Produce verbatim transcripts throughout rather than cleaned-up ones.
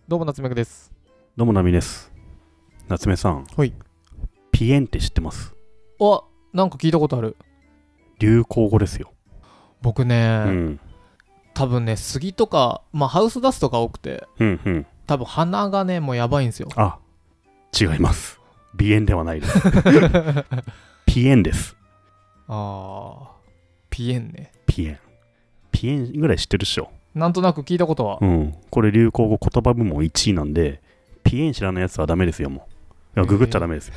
どうも夏目くです。 どうもなみです。夏目さん、 はい。 ピエンって知ってます？ あ、なんか聞いたことある。 流行語ですよ。 僕ね、 うん。 多分ね、杉とか、まあハウスダストが多くて、 うんうん。 多分鼻がね、もうやばいんですよ。 あ、違います。鼻炎ではないです。ピエンです。 あー、ピエンね。 ピエン。ピエンぐらい知ってるっしょ。 なんとなく聞いたことは。 うん。これ流行語言葉部門いちいなんで、ピエン知らないやつはダメですよ、もう。いや、ググっちゃダメですよ。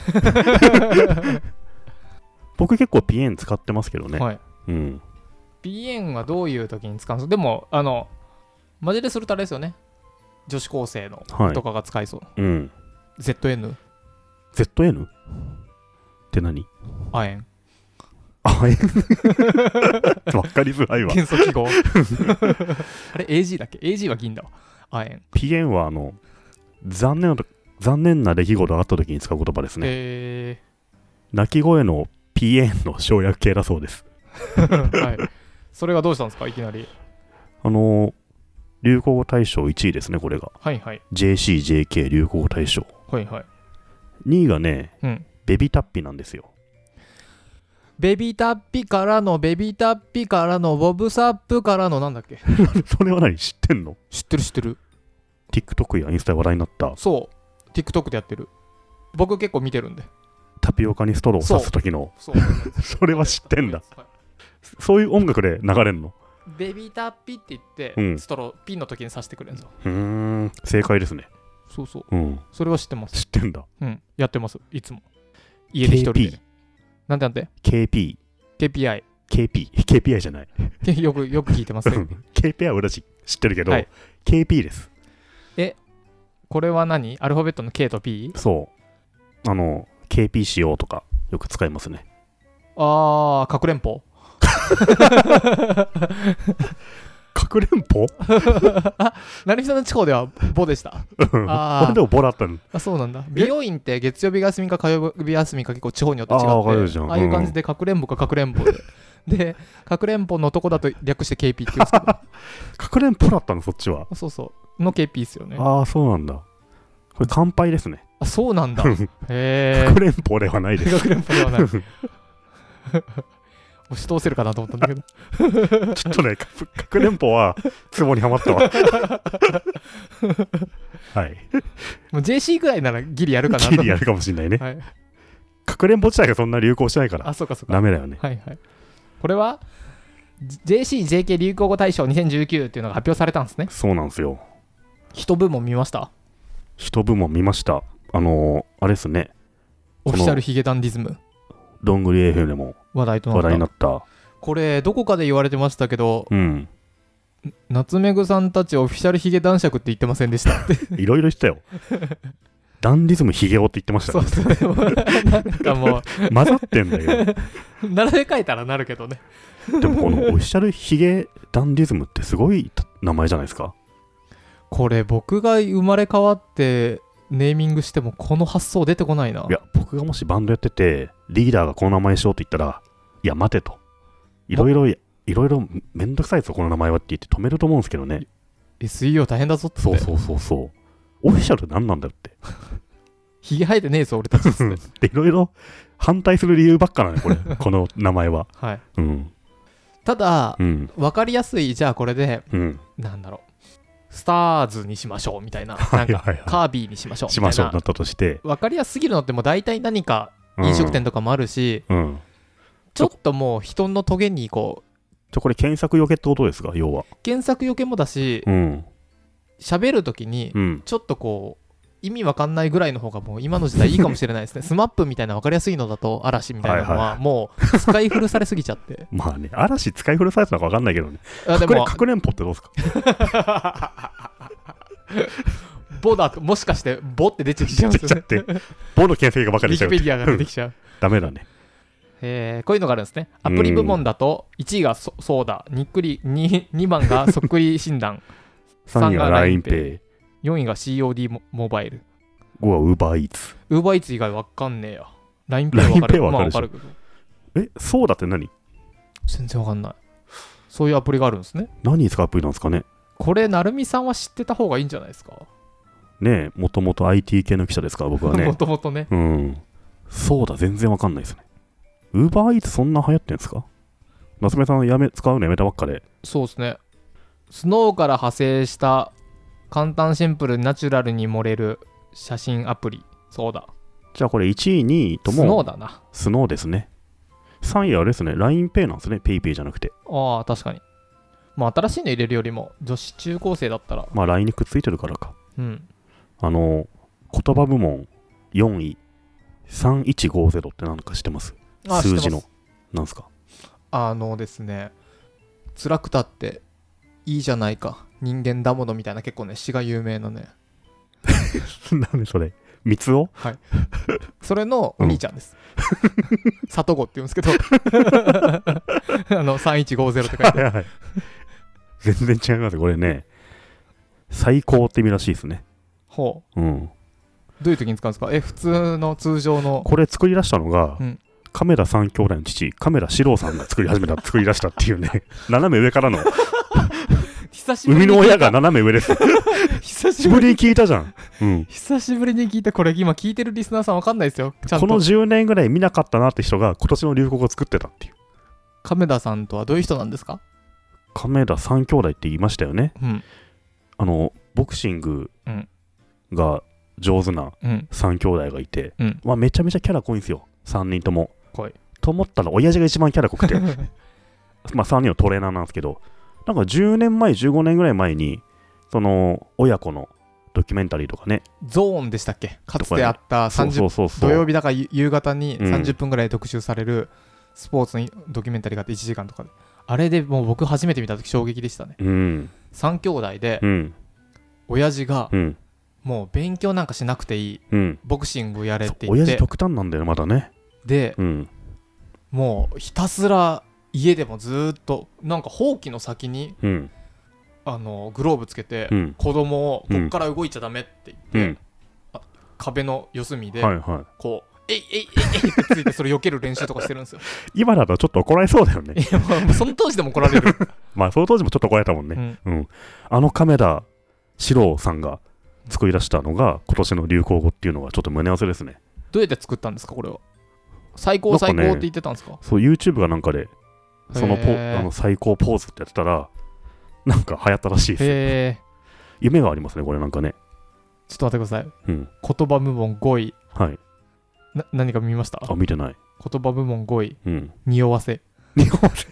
僕結構ピエン使ってますけどね。 はい。 うん。 ピエンはどういう時に使うんですか？でも、あの、マジでするとあれですよね。女子高生のはい。 とかが使いそう。 うん。 ゼットエヌ？ ゼットエヌ？ って何？ 亜鉛。 あえわかりづらいわ。 元素記号。あれ エージー だっけ？ エージー は銀だわ。亜鉛。 ピエンはあの残念な残念な出来事があった時に使う言葉ですね。 え鳴き声のピエンの省略形だそうです。 ー、はい。それがどうしたんですかいきなり。 あの流行語大賞いちいですね、これが。 はいはい。 ジェーシー、ジェーケー 流行語大賞。 はいはい。 にいがね、 うん。 ベビタッピなんですよ。 ベビタッピからのベビタッピからのボブサップからのなんだっけ？ それは何知ってんの？ 知ってる知ってる。 TikTok やインスタで話題になったそう。TikTok でやってる。僕結構見てるんで。 タピオカにストローを刺す時の。 そう。 それは知ってんだ。 はい。 そういう音楽で流れんの？ ベビタッピって言って、 うん、 ストローピンの時に刺してくれるんですよ。 うーん、正解ですね。 そうそう。 うん。 それは知ってます。 知ってんだ。 うん。やってます。いつも。家で一人で。 ケーピー。 なんてなんてケーピー。 ケーピーアイ。 ケーピー。ケーピーアイ じゃない。 よく、よく聞いてますね。 ケーピーアイ は裏知ってるけど、 はい、 ケーピー です。 え、これは何？アルファベットの K と P？ そう。あの、ケーピー しようとかよく使いますね。 あー、かくれんぽかくれんぽあ、成美さんの地方ではボでした。あ俺でもボだったの。 あ、そうなんだ。美容院って月曜日が休みか火曜日休みか結構地方によって違って、 あ, あ, ああいう感じでかくれんぼかかくれんぼで。で、かくれんぽのとこだと略して ケーピー って言うんですけど。 かくれんぽだったのそっちは。 そうそう。の ケーピー ですよね。 ああ、そうなんだ。これ乾杯ですね。 あ、そうなんだ。へかくれんぽではないです。 かくれんぽではない。押し通せるかなと思ったんだけどちょっとね、か, かくれんぽはツボにはまったわ。はい。 もう ジェーシー ぐらいならギリやるかなと。 ギリやるかもしれないね。はい、かくれんぽ自体がそんな流行してないから。 あ、そうかそうか。 ダメだよね。 はいはい。これは ジェーシー、ジェーケー 流行語大賞にせんじゅうきゅうっていうのが発表されたんですね。 そうなんですよ。 一部門見ました？ 一部門見ました。あのー、あれですね。 オフィシャルヒゲダンディズム。 どんぐり エフエム でも話題となった。 話題になった。 これどこかで言われてましたけど、 うん、 夏目ぐさんたちオフィシャルヒゲ男爵って言ってませんでしたっていろいろ言ったよ。ダンディズムヒゲオって言ってましたね。 そうそうなんかもう混ざってんだよ。 並べ替えたらなるけどね。 でもこのオフィシャルヒゲダンディズムってすごい名前じゃないですか。 これ僕が生まれ変わってネーミングしてもこの発想出てこないな。 いや、僕がもしバンドやっててリーダーがこの名前しようって言ったら、いや待てと、いろいろいろいろめんどくさいですよこの名前はって言って止めると思うんですけどね。 エスイーオー 大変だぞって。 そうそうそうそう。オフィシャル何なんだよってヒゲ生えてねえぞ俺たちっつってでいろいろ反対する理由ばっかなのこれこの名前は。 はい、 うん、 ただ、 うん、 分かりやすい。じゃあこれで、 うん、 なんだろう、スターズにしましょうみたいな、なんかカービィにしましょうみたいな、 しましょうだったとして、 分かりやすすぎるのってもう大体何か飲食店とかもあるし、 うんうん、 ちょっともう人のトゲにこう、 ちょこれ検索よけってことですか？要は検索よけもだし、喋、うん、るときにちょっとこう意味わかんないぐらいの方がもう今の時代いいかもしれないですね。スマップみたいな分かりやすいのだと嵐みたいなのはもう使い古されすぎちゃってまあね、嵐使い古されたのか分かんないけどね。あでもかくれんぽってどうですか？ ボだともしかしてボって出てきちゃうんですよね。 ボの検索がばかり出ちゃう。 ウィキペディアが出てきちゃう。 ダメだね。 えー、こういうのがあるんですね。アプリ部門だといちいが そ, そうだにっくり 2, にばんがそっくり診断さんいが ラインペイ、 よんいが シーオーディー モバイル、 ごは UberEats。 UberEats 以外わかんねえや。 ラインペイ わかる。 わかる、 まあ、わかるけど。 え、そうだって何？ 全然わかんない。そういうアプリがあるんですね。 何に使うアプリなんですかね。 これ成美さんは知ってた方がいいんじゃないですか。 ねえ、もともと アイティー 系の記者ですから、僕はね。 もともとね。 うん。そうだ、全然わかんないですね。ウーバーイーツそんな流行ってんですか？夏目さんやめ、使うのやめたばっかで。 そうですね。スノーから派生した簡単シンプルナチュラルに盛れる写真アプリ。そうだ。 じゃあこれいちい、にいともスノーだな。 スノーですね。さんいはあれですね、ラインペイなんですね。ペイペイじゃなくて。 ああ、確かに。まあ新しいの入れるよりも女子中高生だったら。 まあ ライン にくっついてるからか。 うん。 あの、言葉部門よんい、さんいちごゼロって何か知ってます？ あ、 数字の。 知ってます。 なんすか？ あのですね、辛くたっていいじゃないか。人間だものみたいな結構ね、詩が有名なね。 何それ？三つお？ はい。それのお兄ちゃんです。里子って言うんですけどあのさんいちごゼロって書いてある。 全然違いますよこれね。最高って意味らしいですね。 ほう。うん。 どういう時に使うんですか？え、普通の通常の。 これ作り出したのが、 うん、 亀田三兄弟の父、亀田史郎さんが作り始めた、作り出したっていうね。斜め上からの。 久しぶりに生みの親が斜め上です。 久しぶりに聞いたじゃん。うん。 久しぶりに聞いた。これ今聞いてるリスナーさんわかんないですよ。ちゃんとこのじゅうねんぐらい見なかったなって人が今年の流行語を作ってたっていう。 亀田さんとはどういう人なんですか？ 亀田三兄弟って言いましたよね。 うん。 あのボクシングが上手な三兄弟がいて、うん、まあ、めちゃめちゃキャラ濃いんですよ。さんにんとも。 濃い。 と思ったら親父が一番キャラ濃くてまあさんにんのトレーナーなんですけど、なんかじゅうねんまえじゅうごねんぐらい前にその親子のドキュメンタリーとかね、 ゾーンでしたっけ、かつてあったさんじゅう土曜日だから夕方にさんじゅっぷんぐらい特集されるスポーツのドキュメンタリーがあっていちじかんとかで、あれでもう僕初めて見た時衝撃でしたね。うん、さん兄弟で、うん、親父が、うん、もう勉強なんかしなくていい、うん、ボクシングやれって言って、 親父極端なんだよねまだね。 で、うん、もうひたすら家でもずっとなんかほうきの先に、うん、あのグローブつけて、うん、子供をこっから動いちゃダメって言って、うん、あ壁の四隅で、はいはい、こうえいえいえいえいってついてそれ避ける練習とかしてるんですよ。 今だとちょっと怒られそうだよね。 いや、まあ、その当時でも怒られるまあその当時もちょっと怒られたもんね、うんうん、あの亀田史郎さんが作り出したのが今年の流行語っていうのはちょっと胸合わせですね。 どうやって作ったんですかこれは？最高最高って言ってたんですか？ そう YouTube がなんかでそのポあの最高ポーズってやってたらなんか流行ったらしいです。へ夢がありますねこれなんかね。 ちょっと待ってください、うん、言葉部門ごい、はい、な何か見ました？ あ、見てない。 言葉部門ごい、うん、匂わせ。 匂わせ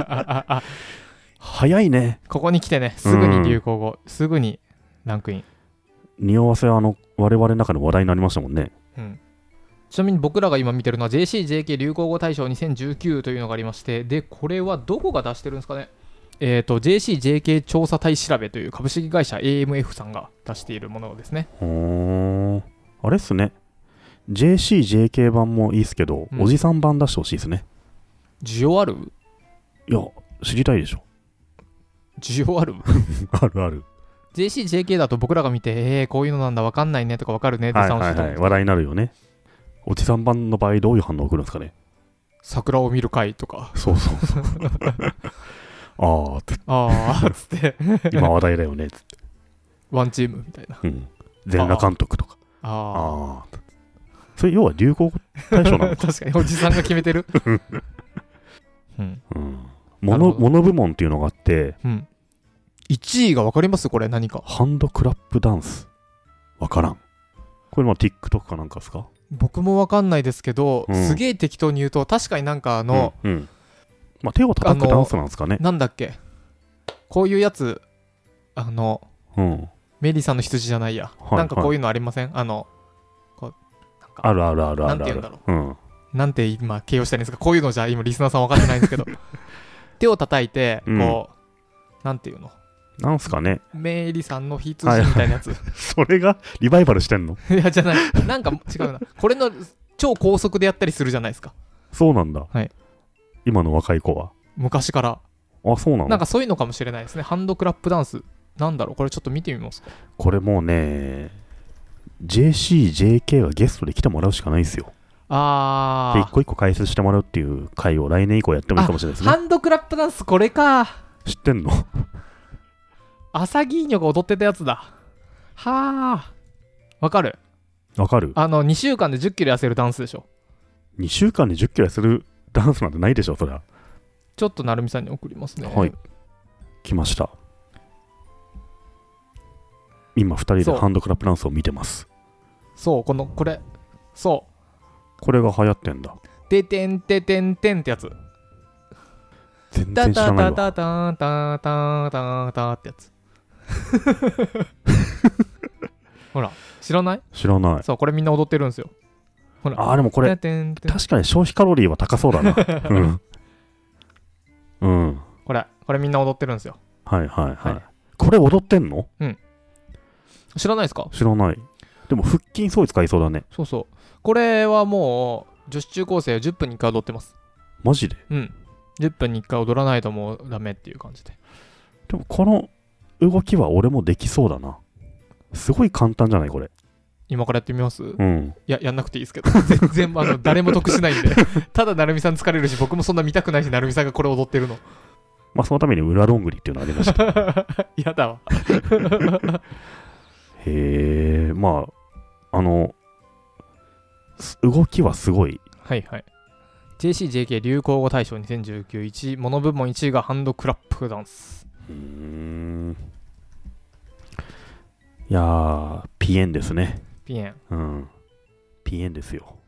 早いね。 ここに来てね、すぐに流行語、うん、すぐにランクイン。 匂わせはあの我々の中で話題になりましたもんね、 うん、ちなみに僕らが今見てるのは ジェーシージェーケー 流行語大賞にせんじゅうきゅうというのがありまして、でこれはどこが出してるんですかね。えーと ジェーシージェーケー 調査隊調べという株式会社 エーエムエフ さんが出しているものですね。 ほー、あれっすね。 ジェーシージェーケー 版もいいっすけど、うん、おじさん版出してほしいですね。 需要ある？ いや知りたいでしょ。 需要あるあるある。 ジェーシージェーケー だと僕らが見てえーこういうのなんだ分かんないねとか分かるねってはいはいはい話題になるよね。おじさん版の場合どういう反応を送るんですかね。 桜を見る会とか。 そうそうそうあーつってあーつって今話題だよねつってワンチームみたいな、うん、 全裸監督とか。ああそれ要は流行語大賞なのか確かにおじさんが決めてる、うんうん、モノ、モノ部門っていうのがあって、うん、 いちいが分かります？これ何か。 ハンドクラップダンス分からん。これも TikTok かなんかですか？ 僕も分かんないですけど、うん、すげえ適当に言うと確かになんかあの、うんうんまあ、手を叩くダンスなんですかね。 なんだっけこういうやつあの、うん、メリーさんの羊じゃないや、はい、なんかこういうのありません？はい、あのこうなんかあるあるあるあるある。 なんて言うんだろう、うん、なんて今形容したいんですか。こういうのじゃ今リスナーさん分かってないんですけど手を叩いてこう、うん、なんていうのなんすかね、 メリーさんの羊みたいなやつ、はいはい、 それがリバイバルしてんの？ いやじゃないなんか違うなこれの超高速でやったりするじゃないですか。 そうなんだ、 はい、 今の若い子は昔から。 あ、そうなの？ なんかそういうのかもしれないですね。ハンドクラップダンスなんだろうこれちょっと見てみますか。 これもうね ジェーシージェーケー がゲストで来てもらうしかないですよ。 あーで一個一個解説してもらうっていう回を来年以降やってもいいかもしれないですね。 ハンドクラップダンスこれか。 知ってんの？アサギーニョが踊ってたやつだ。はあわかるわかる。 あのにしゅうかんでじゅっキロ痩せるダンスでしょ。 にしゅうかんでじゅっキロ痩せるダンスなんてないでしょそれは。 ちょっとなるみさんに送りますね。 はい、来ました。今ふたりでハンドクラップダンスを見てます。 そう、このこれそうこれが流行ってんだ。 ててんててんてんってやつ。 全然知らないわ。 タタタタタタタタってやつほら知らない？ 知らない。 そうこれみんな踊ってるんですよ。ほらあーでもこれ確かに消費カロリーは高そうだなうんうん、 これこれみんな踊ってるんですよ。 はいはいはい、はい、これ踊ってんの？ うん。知らないですか？ 知らない。でも腹筋すごい使いそうだね。 そうそう。これはもう女子中高生じゅっぷんにいっかい踊ってます。 マジで？ うん。じゅっぷんにいっかい踊らないともうダメっていう感じで。 でもこの動きは俺もできそうだな。すごい簡単じゃないこれ。 今からやってみます？ うん。 いや、やんなくていいですけど。全然あの誰も得しないんで。ただ成美さん疲れるし、僕もそんな見たくないし、成美さんがこれ踊ってるの。 まあそのために裏ロングリっていうのがありました。 やだわ。 へえ、まあ、あの、動きはすごい。 はいはい。ジェーシージェーケー 流行語大賞にせんじゅうきゅういちい、モノ部門いちいがハンドクラップダンス。 うーん。いやー、ピエンですね。 ピエン。 うん。ピエンですよ。